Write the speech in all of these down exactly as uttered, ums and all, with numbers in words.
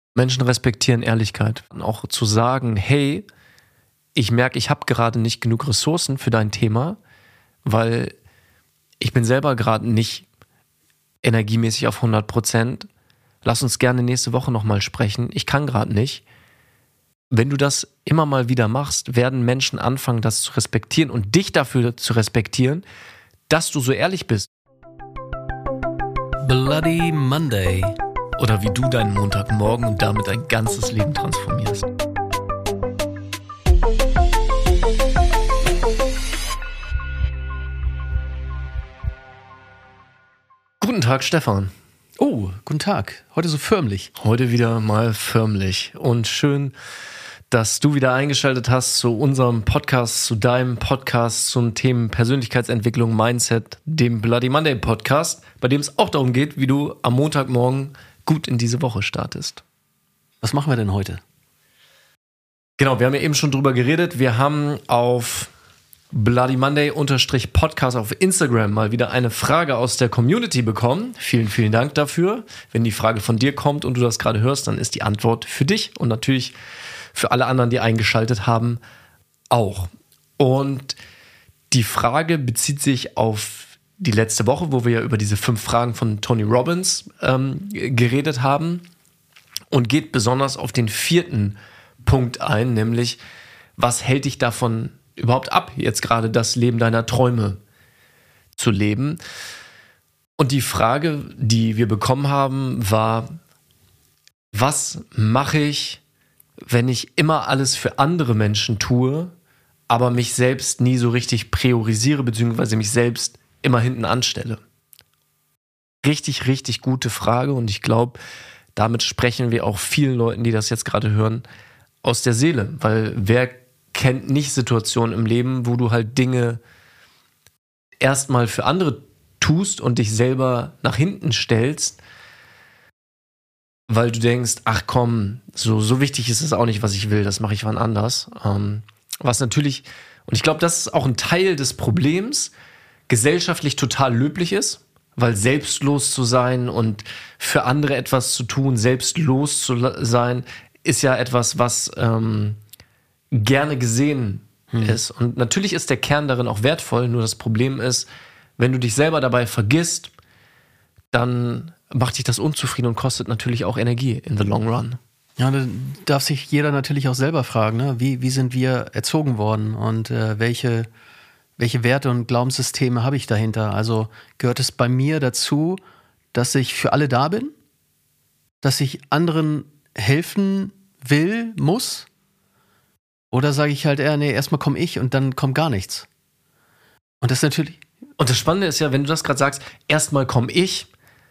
Menschen respektieren Ehrlichkeit. Und auch zu sagen, hey, ich merke, ich habe gerade nicht genug Ressourcen für dein Thema, weil ich bin selber gerade nicht energiemäßig auf hundert Prozent. Lass uns gerne nächste Woche nochmal sprechen. Ich kann gerade nicht. Wenn du das immer mal wieder machst, werden Menschen anfangen, das zu respektieren und dich dafür zu respektieren, dass du so ehrlich bist. Bloody Monday. Oder wie du deinen Montagmorgen und damit dein ganzes Leben transformierst. Guten Tag, Stefan. Oh, guten Tag. Heute so förmlich. Heute wieder mal förmlich. Und schön, dass du wieder eingeschaltet hast zu unserem Podcast, zu deinem Podcast zum Thema Persönlichkeitsentwicklung, Mindset, dem Bloody Monday Podcast, bei dem es auch darum geht, wie du am Montagmorgen gut in diese Woche startest. Was machen wir denn heute? Genau, wir haben ja eben schon drüber geredet. Wir haben auf Bloody Monday Podcast auf Instagram mal wieder eine Frage aus der Community bekommen. Vielen, vielen Dank dafür. Wenn die Frage von dir kommt und du das gerade hörst, dann ist die Antwort für dich und natürlich für alle anderen, die eingeschaltet haben, auch. Und die Frage bezieht sich auf die letzte Woche, wo wir ja über diese fünf Fragen von Tony Robbins ähm, geredet haben und geht besonders auf den vierten Punkt ein, nämlich was hält dich davon überhaupt ab, jetzt gerade das Leben deiner Träume zu leben? Und die Frage, die wir bekommen haben, war, was mache ich, wenn ich immer alles für andere Menschen tue, aber mich selbst nie so richtig priorisiere, beziehungsweise mich selbst immer hinten anstelle? Richtig, richtig gute Frage und ich glaube, damit sprechen wir auch vielen Leuten, die das jetzt gerade hören, aus der Seele, weil wer kennt nicht Situationen im Leben, wo du halt Dinge erstmal für andere tust und dich selber nach hinten stellst, weil du denkst, ach komm, so, so wichtig ist es auch nicht, was ich will, das mache ich wann anders. Ähm, was natürlich, und ich glaube, das ist auch ein Teil des Problems, gesellschaftlich total löblich ist, weil selbstlos zu sein und für andere etwas zu tun, selbstlos zu sein, ist ja etwas, was ähm, gerne gesehen hm. ist. Und natürlich ist der Kern darin auch wertvoll, nur das Problem ist, wenn du dich selber dabei vergisst, dann macht dich das unzufrieden und kostet natürlich auch Energie in the long run. Ja, da darf sich jeder natürlich auch selber fragen, ne? wie, wie sind wir erzogen worden und äh, welche, welche Werte und Glaubenssysteme habe ich dahinter? Also gehört es bei mir dazu, dass ich für alle da bin? Dass ich anderen helfen will, muss? Oder sage ich halt eher, nee, erstmal komme ich und dann kommt gar nichts. Und das ist natürlich... Und das Spannende ist ja, wenn du das gerade sagst, erstmal komme ich,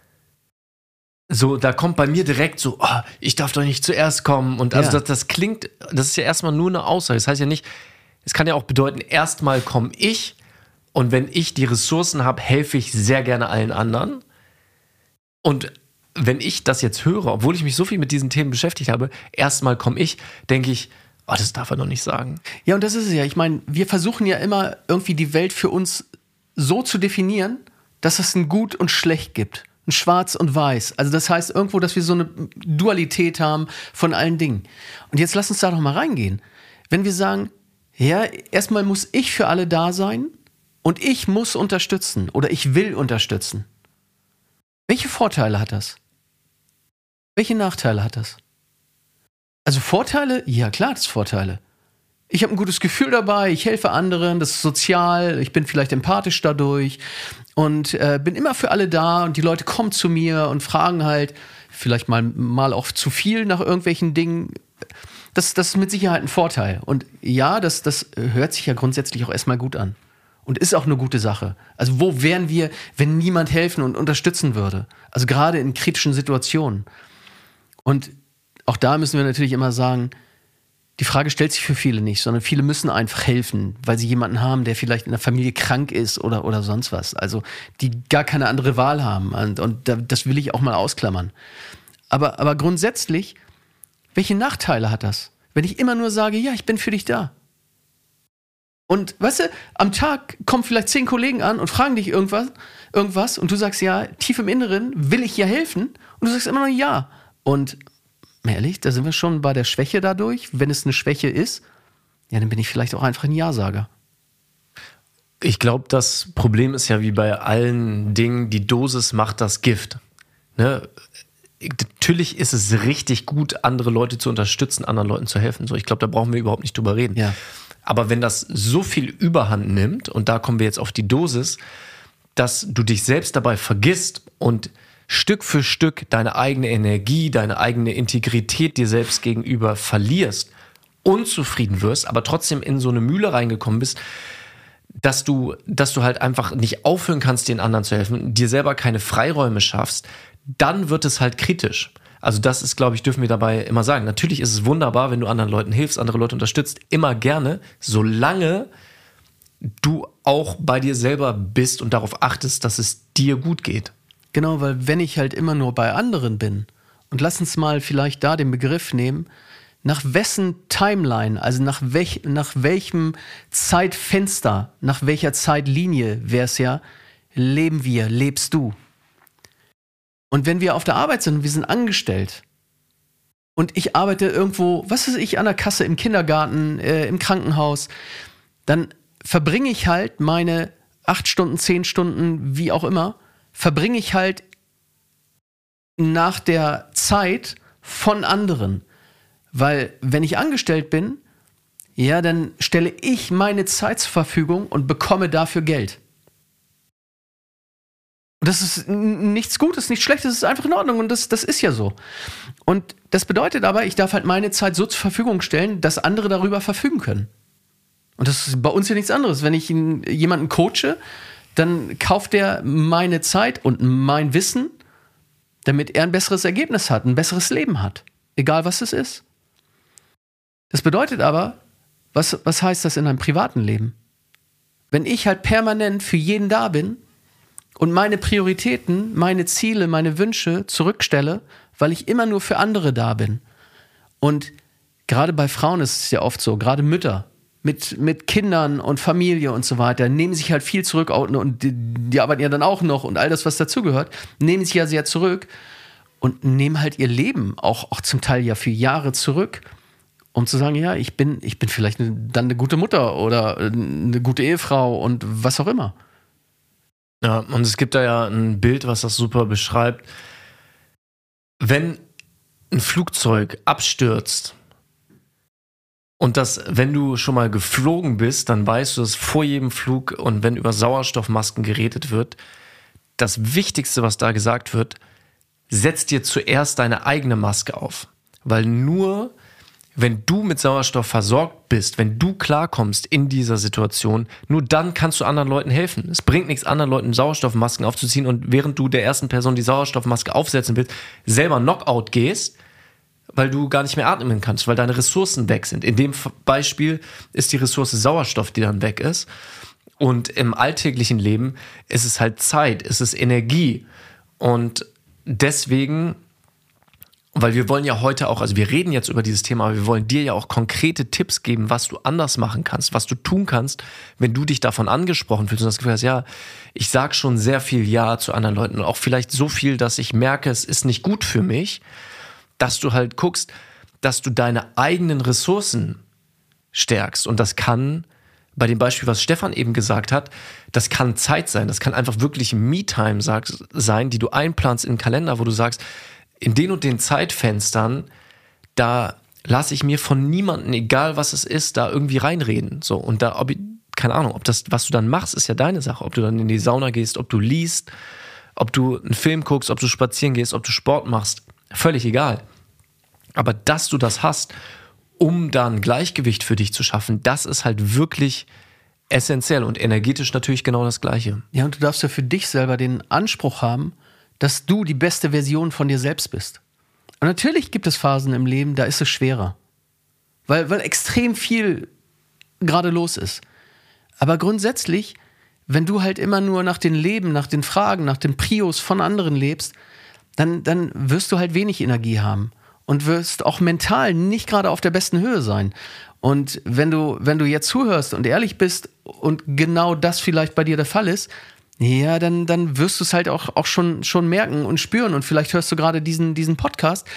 so, da kommt bei mir direkt so, oh, ich darf doch nicht zuerst kommen. Und also Ja. das, das klingt, das ist ja erstmal nur eine Aussage. Das heißt ja nicht, es kann ja auch bedeuten, erstmal komme ich und wenn ich die Ressourcen habe, helfe ich sehr gerne allen anderen. Und wenn ich das jetzt höre, obwohl ich mich so viel mit diesen Themen beschäftigt habe, erstmal komme ich, denke ich, oh, das darf er doch nicht sagen. Ja, und das ist es ja. Ich meine, wir versuchen ja immer irgendwie die Welt für uns so zu definieren, dass es ein Gut und Schlecht gibt. Ein Schwarz und Weiß. Also das heißt irgendwo, dass wir so eine Dualität haben von allen Dingen. Und jetzt lass uns da doch mal reingehen. Wenn wir sagen, ja, erstmal muss ich für alle da sein und ich muss unterstützen oder ich will unterstützen. Welche Vorteile hat das? Welche Nachteile hat das? Also Vorteile? Ja, klar, das ist Vorteile. Ich habe ein gutes Gefühl dabei, ich helfe anderen, das ist sozial, ich bin vielleicht empathisch dadurch und äh, bin immer für alle da und die Leute kommen zu mir und fragen halt vielleicht mal, mal auch zu viel nach irgendwelchen Dingen. Das, das ist mit Sicherheit ein Vorteil. Und ja, das, das hört sich ja grundsätzlich auch erstmal gut an und ist auch eine gute Sache. Also wo wären wir, wenn niemand helfen und unterstützen würde? Also gerade in kritischen Situationen. Und auch da müssen wir natürlich immer sagen, die Frage stellt sich für viele nicht, sondern viele müssen einfach helfen, weil sie jemanden haben, der vielleicht in der Familie krank ist oder, oder sonst was. Also die gar keine andere Wahl haben. Und, und das will ich auch mal ausklammern. Aber, aber grundsätzlich, welche Nachteile hat das? Wenn ich immer nur sage, ja, ich bin für dich da. Und weißt du, am Tag kommen vielleicht zehn Kollegen an und fragen dich irgendwas, irgendwas und du sagst ja, tief im Inneren will ich ja helfen und du sagst immer nur ja. Und Mal ehrlich, da sind wir schon bei der Schwäche dadurch. Wenn es eine Schwäche ist, ja, dann bin ich vielleicht auch einfach ein Ja-Sager. Ich glaube, das Problem ist ja wie bei allen Dingen, die Dosis macht das Gift. Ne? Natürlich ist es richtig gut, andere Leute zu unterstützen, anderen Leuten zu helfen. So, ich glaube, da brauchen wir überhaupt nicht drüber reden. Ja. Aber wenn das so viel Überhand nimmt, und da kommen wir jetzt auf die Dosis, dass du dich selbst dabei vergisst und Stück für Stück deine eigene Energie, deine eigene Integrität dir selbst gegenüber verlierst, unzufrieden wirst, aber trotzdem in so eine Mühle reingekommen bist, dass du, dass du halt einfach nicht aufhören kannst, den anderen zu helfen, dir selber keine Freiräume schaffst, dann wird es halt kritisch. Also das ist, glaube ich, dürfen wir dabei immer sagen. Natürlich ist es wunderbar, wenn du anderen Leuten hilfst, andere Leute unterstützt, immer gerne, solange du auch bei dir selber bist und darauf achtest, dass es dir gut geht. Genau, weil wenn ich halt immer nur bei anderen bin, und lass uns mal vielleicht da den Begriff nehmen, nach wessen Timeline, also nach, welch, nach welchem Zeitfenster, nach welcher Zeitlinie wäre es ja, leben wir, lebst du. Und wenn wir auf der Arbeit sind und wir sind angestellt und ich arbeite irgendwo, was weiß ich, an der Kasse, im Kindergarten, äh, im Krankenhaus, dann verbringe ich halt meine acht Stunden, zehn Stunden, wie auch immer, verbringe ich halt nach der Zeit von anderen. Weil wenn ich angestellt bin, ja, dann stelle ich meine Zeit zur Verfügung und bekomme dafür Geld. Und das ist nichts Gutes, nichts Schlechtes, es ist einfach in Ordnung und das, das ist ja so. Und das bedeutet aber, ich darf halt meine Zeit so zur Verfügung stellen, dass andere darüber verfügen können. Und das ist bei uns ja nichts anderes. Wenn ich jemanden coache, dann kauft er meine Zeit und mein Wissen, damit er ein besseres Ergebnis hat, ein besseres Leben hat. Egal, was es ist. Das bedeutet aber, was, was heißt das in einem privaten Leben? Wenn ich halt permanent für jeden da bin und meine Prioritäten, meine Ziele, meine Wünsche zurückstelle, weil ich immer nur für andere da bin. Und gerade bei Frauen ist es ja oft so, gerade Mütter mit, mit Kindern und Familie und so weiter, nehmen sich halt viel zurück und die, die arbeiten ja dann auch noch und all das, was dazugehört, nehmen sich ja sehr zurück und nehmen halt ihr Leben auch, auch zum Teil ja für Jahre zurück, um zu sagen, ja, ich bin, ich bin vielleicht eine, dann eine gute Mutter oder eine gute Ehefrau und was auch immer. Ja, und es gibt da ja ein Bild, was das super beschreibt. Wenn ein Flugzeug abstürzt und das, wenn du schon mal geflogen bist, dann weißt du, dass vor jedem Flug und wenn über Sauerstoffmasken geredet wird, das Wichtigste, was da gesagt wird, setz dir zuerst deine eigene Maske auf. Weil nur wenn du mit Sauerstoff versorgt bist, wenn du klarkommst in dieser Situation, nur dann kannst du anderen Leuten helfen. Es bringt nichts, anderen Leuten Sauerstoffmasken aufzuziehen und während du der ersten Person die Sauerstoffmaske aufsetzen willst, selber Knockout gehst, weil du gar nicht mehr atmen kannst, weil deine Ressourcen weg sind. In dem Beispiel ist die Ressource Sauerstoff, die dann weg ist. Und im alltäglichen Leben ist es halt Zeit, ist es Energie. Und deswegen, weil wir wollen ja heute auch, also wir reden jetzt über dieses Thema, aber wir wollen dir ja auch konkrete Tipps geben, was du anders machen kannst, was du tun kannst, wenn du dich davon angesprochen fühlst und das Gefühl hast, ja, ich sag schon sehr viel Ja zu anderen Leuten und auch vielleicht so viel, dass ich merke, es ist nicht gut für mich, dass du halt guckst, dass du deine eigenen Ressourcen stärkst. Und das kann, bei dem Beispiel, was Stefan eben gesagt hat, das kann Zeit sein, das kann einfach wirklich Me-Time sein, die du einplanst in den Kalender, wo du sagst, in den und den Zeitfenstern, da lasse ich mir von niemandem, egal was es ist, da irgendwie reinreden. So, und da, ob, keine Ahnung, ob das, was du dann machst, ist ja deine Sache. Ob du dann in die Sauna gehst, ob du liest, ob du einen Film guckst, ob du spazieren gehst, ob du Sport machst, völlig egal. Aber dass du das hast, um da ein Gleichgewicht für dich zu schaffen, das ist halt wirklich essentiell und energetisch natürlich genau das Gleiche. Ja, und du darfst ja für dich selber den Anspruch haben, dass du die beste Version von dir selbst bist. Und natürlich gibt es Phasen im Leben, da ist es schwerer. Weil, weil extrem viel gerade los ist. Aber grundsätzlich, wenn du halt immer nur nach den Leben, nach den Fragen, nach den Prios von anderen lebst, dann, dann wirst du halt wenig Energie haben. Und wirst auch mental nicht gerade auf der besten Höhe sein. Und wenn du, wenn du jetzt zuhörst und ehrlich bist und genau das vielleicht bei dir der Fall ist, ja, dann, dann wirst du es halt auch, auch schon, schon merken und spüren. Und vielleicht hörst du gerade diesen, diesen Podcast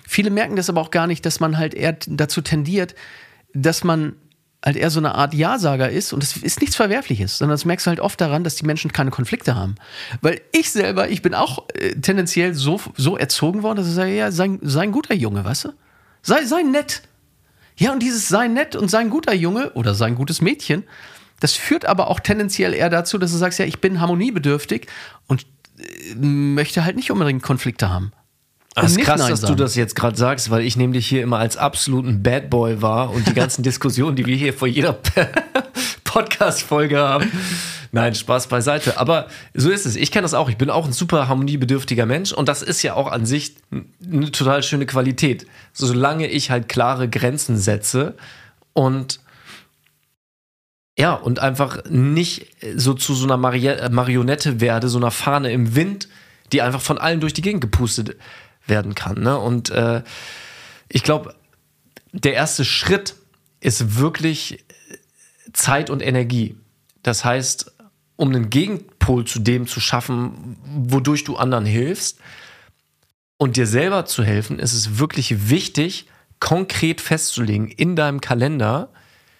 viele merken das aber auch gar nicht, dass man halt eher dazu tendiert, dass man halt eher so eine Art Ja-Sager ist und es ist nichts Verwerfliches, sondern das merkst du halt oft daran, dass die Menschen keine Konflikte haben. Weil ich selber, ich bin auch äh, tendenziell so, so erzogen worden, dass ich sage, ja, sei, sei ein guter Junge, weißt du? Sei, sei nett. Ja, und dieses sei nett und sei ein guter Junge oder sei ein gutes Mädchen, das führt aber auch tendenziell eher dazu, dass du sagst, ja, ich bin harmoniebedürftig und äh, möchte halt nicht unbedingt Konflikte haben. Das ist krass, dass du das jetzt gerade sagst, weil ich nehme dich hier immer als absoluten Bad Boy wahr und die ganzen Diskussionen, die wir hier vor jeder Podcast-Folge haben. Nein, Spaß beiseite. Aber so ist es. Ich kenne das auch. Ich bin auch ein super harmoniebedürftiger Mensch und das ist ja auch an sich eine total schöne Qualität. Solange ich halt klare Grenzen setze und ja, und einfach nicht so zu so einer Mari- Marionette werde, so einer Fahne im Wind, die einfach von allen durch die Gegend gepustet werden kann. Ne? Und äh, ich glaube, der erste Schritt ist wirklich Zeit und Energie. Das heißt, um einen Gegenpol zu dem zu schaffen, wodurch du anderen hilfst und dir selber zu helfen, ist es wirklich wichtig, konkret festzulegen in deinem Kalender,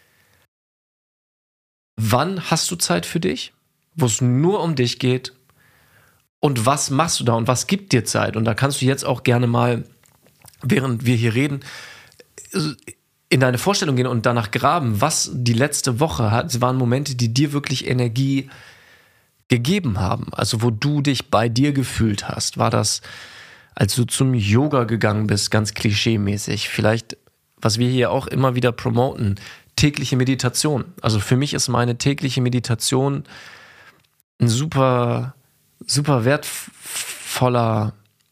wann hast du Zeit für dich, wo es nur um dich geht. Und was machst du da und was gibt dir Zeit? Und da kannst du jetzt auch gerne mal, während wir hier reden, in deine Vorstellung gehen und danach graben, was die letzte Woche hat. Waren Momente, die dir wirklich Energie gegeben haben. Also wo du dich bei dir gefühlt hast. War das, als du zum Yoga gegangen bist, ganz klischeemäßig? Vielleicht, was wir hier auch immer wieder promoten, tägliche Meditation. Also für mich ist meine tägliche Meditation ein super... super wertvoller,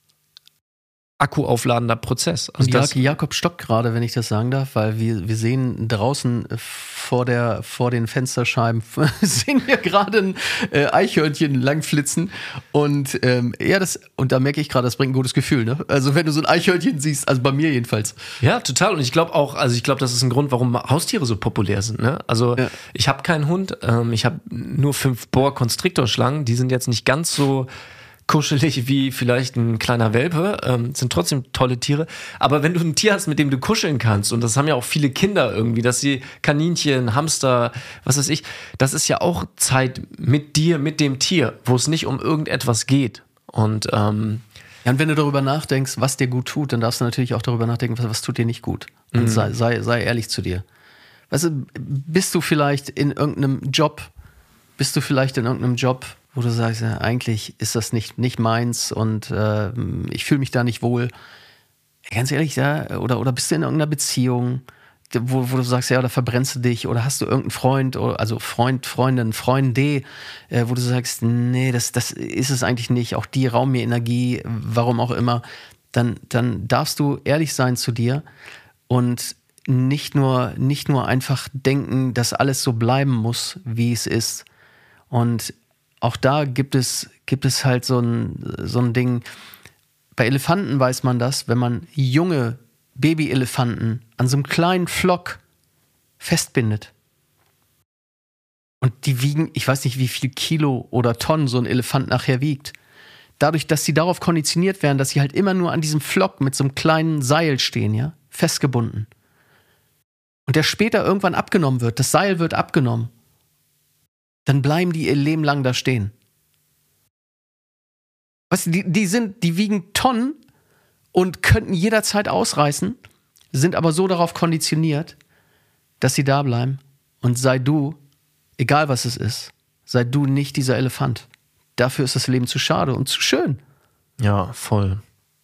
akkuaufladender Prozess. Also das Jakob stockt gerade, wenn ich das sagen darf, weil wir, wir sehen draußen vor, der, vor den Fensterscheiben sehen wir gerade ein äh, Eichhörnchen langflitzen und ähm, ja, das, und da merke ich gerade, das bringt ein gutes Gefühl, ne? Also wenn du so ein Eichhörnchen siehst, also bei mir jedenfalls. Ja, total. Und ich glaube auch, also ich glaube, das ist ein Grund, warum Haustiere so populär sind, ne? Also ja. Ich habe keinen Hund, ähm, ich habe nur fünf Boa-Constrictor-Schlangen, die sind jetzt nicht ganz so kuschelig wie vielleicht ein kleiner Welpe, ähm, sind trotzdem tolle Tiere, aber wenn du ein Tier hast, mit dem du kuscheln kannst, und das haben ja auch viele Kinder irgendwie, dass sie Kaninchen, Hamster, was weiß ich, das ist ja auch Zeit mit dir, mit dem Tier, wo es nicht um irgendetwas geht. Und ähm, ja, und wenn du darüber nachdenkst, was dir gut tut, dann darfst du natürlich auch darüber nachdenken, was, was tut dir nicht gut. Und mhm. sei, sei, sei ehrlich zu dir. Weißt du, bist du vielleicht in irgendeinem Job, bist du vielleicht in irgendeinem Job, wo du sagst, ja, eigentlich ist das nicht, nicht meins und äh, ich fühle mich da nicht wohl. Ganz ehrlich, ja, oder, oder bist du in irgendeiner Beziehung, wo, wo du sagst, ja, oder verbrennst du dich oder hast du irgendeinen Freund, also Freund, Freundin, Freunde, äh, wo du sagst, nee, das, das ist es eigentlich nicht, auch die rauben mir Energie, warum auch immer, dann, dann darfst du ehrlich sein zu dir und nicht nur, nicht nur einfach denken, dass alles so bleiben muss, wie es ist. Und auch da gibt es, gibt es halt so ein, so ein Ding. Bei Elefanten weiß man das, wenn man junge Babyelefanten an so einem kleinen Flock festbindet. Und die wiegen, ich weiß nicht, wie viel Kilo oder Tonnen so ein Elefant nachher wiegt. Dadurch, dass sie darauf konditioniert werden, dass sie halt immer nur an diesem Flock mit so einem kleinen Seil stehen, ja, festgebunden. Und der später irgendwann abgenommen wird, das Seil wird abgenommen. Dann bleiben die ihr Leben lang da stehen. Weißt du, die, die, sind, die wiegen Tonnen und könnten jederzeit ausreißen, sind aber so darauf konditioniert, dass sie da bleiben. Und sei du, egal was es ist, sei du nicht dieser Elefant. Dafür ist das Leben zu schade und zu schön. Ja, voll.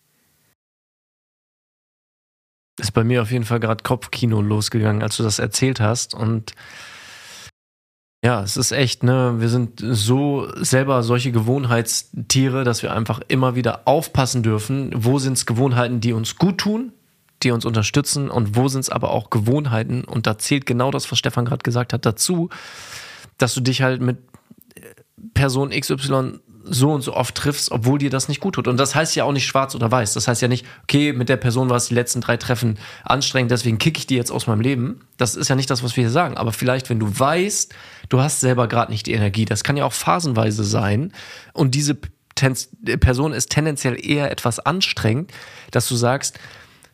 Ist bei mir auf jeden Fall gerade Kopfkino losgegangen, als du das erzählt hast. Und ja, es ist echt, ne, wir sind so selber solche Gewohnheitstiere, dass wir einfach immer wieder aufpassen dürfen, wo sind es Gewohnheiten, die uns gut tun, die uns unterstützen und wo sind es aber auch Gewohnheiten, und da zählt genau das, was Stefan gerade gesagt hat, dazu, dass du dich halt mit Person X Y so und so oft triffst, obwohl dir das nicht gut tut. Und das heißt ja auch nicht schwarz oder weiß. Das heißt ja nicht, okay, mit der Person war es die letzten drei Treffen anstrengend, deswegen kicke ich die jetzt aus meinem Leben. Das ist ja nicht das, was wir hier sagen. Aber vielleicht, wenn du weißt, du hast selber gerade nicht die Energie, das kann ja auch phasenweise sein, und diese Ten- Person ist tendenziell eher etwas anstrengend, dass du sagst,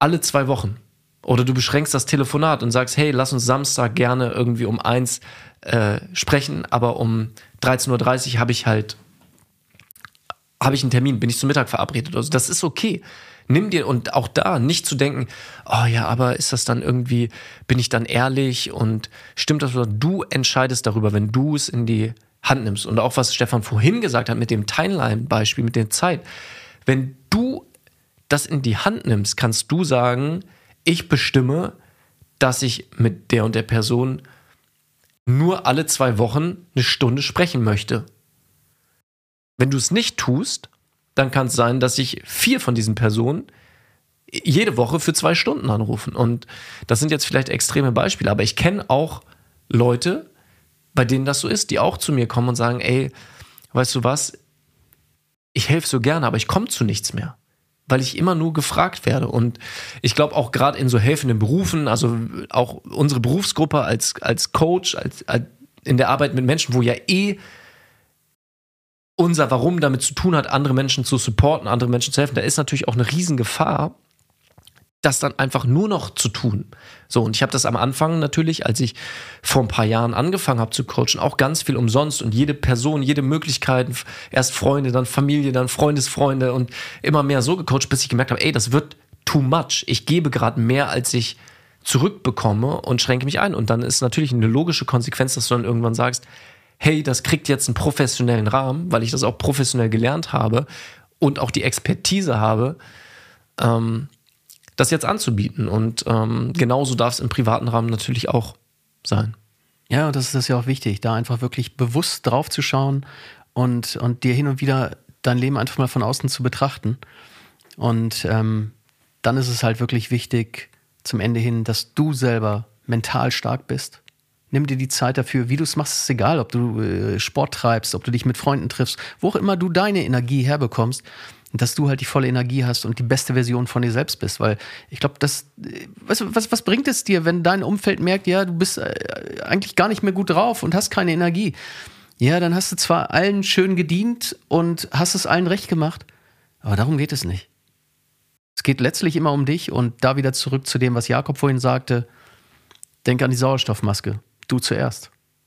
alle zwei Wochen. Oder du beschränkst das Telefonat und sagst, hey, lass uns Samstag gerne irgendwie um eins äh, sprechen, aber um dreizehn Uhr dreißig habe ich halt habe ich einen Termin, bin ich zum Mittag verabredet. Also das ist okay. Nimm dir, und auch da nicht zu denken, oh ja, aber ist das dann irgendwie, bin ich dann ehrlich und stimmt das? Oder du entscheidest darüber, wenn du es in die Hand nimmst. Und auch was Stefan vorhin gesagt hat mit dem Timeline-Beispiel, mit der Zeit. Wenn du das in die Hand nimmst, kannst du sagen, ich bestimme, dass ich mit der und der Person nur alle zwei Wochen eine Stunde sprechen möchte. Wenn du es nicht tust, dann kann es sein, dass sich vier von diesen Personen jede Woche für zwei Stunden anrufen. Und das sind jetzt vielleicht extreme Beispiele, aber ich kenne auch Leute, bei denen das so ist, die auch zu mir kommen und sagen, ey, weißt du was, ich helfe so gerne, aber ich komme zu nichts mehr, weil ich immer nur gefragt werde. Und ich glaube auch gerade in so helfenden Berufen, also auch unsere Berufsgruppe als, als Coach, als, als in der Arbeit mit Menschen, wo ja eh unser Warum damit zu tun hat, andere Menschen zu supporten, andere Menschen zu helfen, da ist natürlich auch eine Riesengefahr, das dann einfach nur noch zu tun. So, und ich habe das am Anfang natürlich, als ich vor ein paar Jahren angefangen habe zu coachen, auch ganz viel umsonst und jede Person, jede Möglichkeit, erst Freunde, dann Familie, dann Freundesfreunde und immer mehr so gecoacht, bis ich gemerkt habe, ey, das wird too much. Ich gebe gerade mehr, als ich zurückbekomme und schränke mich ein. Und dann ist natürlich eine logische Konsequenz, dass du dann irgendwann sagst, hey, das kriegt jetzt einen professionellen Rahmen, weil ich das auch professionell gelernt habe und auch die Expertise habe, ähm, das jetzt anzubieten. Und ähm, genauso darf es im privaten Rahmen natürlich auch sein. Ja, das ist das ja auch wichtig, da einfach wirklich bewusst drauf zu schauen und, und dir hin und wieder dein Leben einfach mal von außen zu betrachten. Und ähm, dann ist es halt wirklich wichtig zum Ende hin, dass du selber mental stark bist. Nimm dir die Zeit dafür, wie du es machst, ist egal, ob du äh, Sport treibst, ob du dich mit Freunden triffst, wo auch immer du deine Energie herbekommst, dass du halt die volle Energie hast und die beste Version von dir selbst bist, weil ich glaube, das, was, was, was bringt es dir, wenn dein Umfeld merkt, ja, du bist äh, eigentlich gar nicht mehr gut drauf und hast keine Energie. Ja, dann hast du zwar allen schön gedient und hast es allen recht gemacht, aber darum geht es nicht. Es geht letztlich immer um dich und da wieder zurück zu dem, was Jakob vorhin sagte, denk an die Sauerstoffmaske. Du zuerst.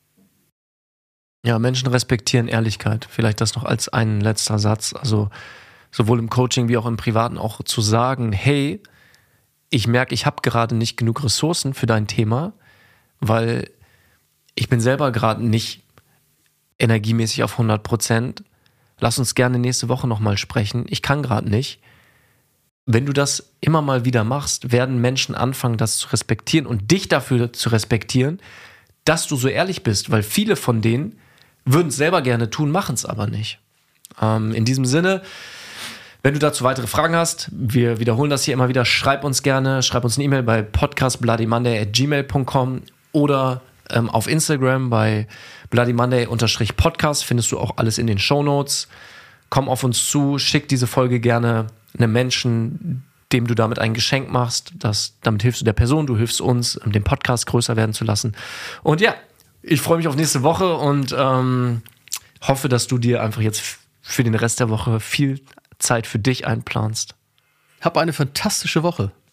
Ja, Menschen respektieren Ehrlichkeit. Vielleicht das noch als einen letzter Satz. Also sowohl im Coaching wie auch im Privaten auch zu sagen, hey, ich merke, ich habe gerade nicht genug Ressourcen für dein Thema, weil ich bin selber gerade nicht energiemäßig auf hundert Prozent. Lass uns gerne nächste Woche nochmal sprechen. Ich kann gerade nicht. Wenn du das immer mal wieder machst, werden Menschen anfangen, das zu respektieren und dich dafür zu respektieren, dass du so ehrlich bist, weil viele von denen würden es selber gerne tun, machen es aber nicht. Ähm, in diesem Sinne, wenn du dazu weitere Fragen hast, wir wiederholen das hier immer wieder, schreib uns gerne, schreib uns eine E-Mail bei podcast bloody monday at gmail punkt com oder ähm, auf Instagram bei bloody monday podcast findest du auch alles in den Shownotes. Komm auf uns zu, schick diese Folge gerne einem Menschen, dem du damit ein Geschenk machst. Das, damit hilfst du der Person, du hilfst uns, den Podcast größer werden zu lassen. Und ja, ich freue mich auf nächste Woche und ähm, hoffe, dass du dir einfach jetzt f- für den Rest der Woche viel Zeit für dich einplanst. Hab eine fantastische Woche.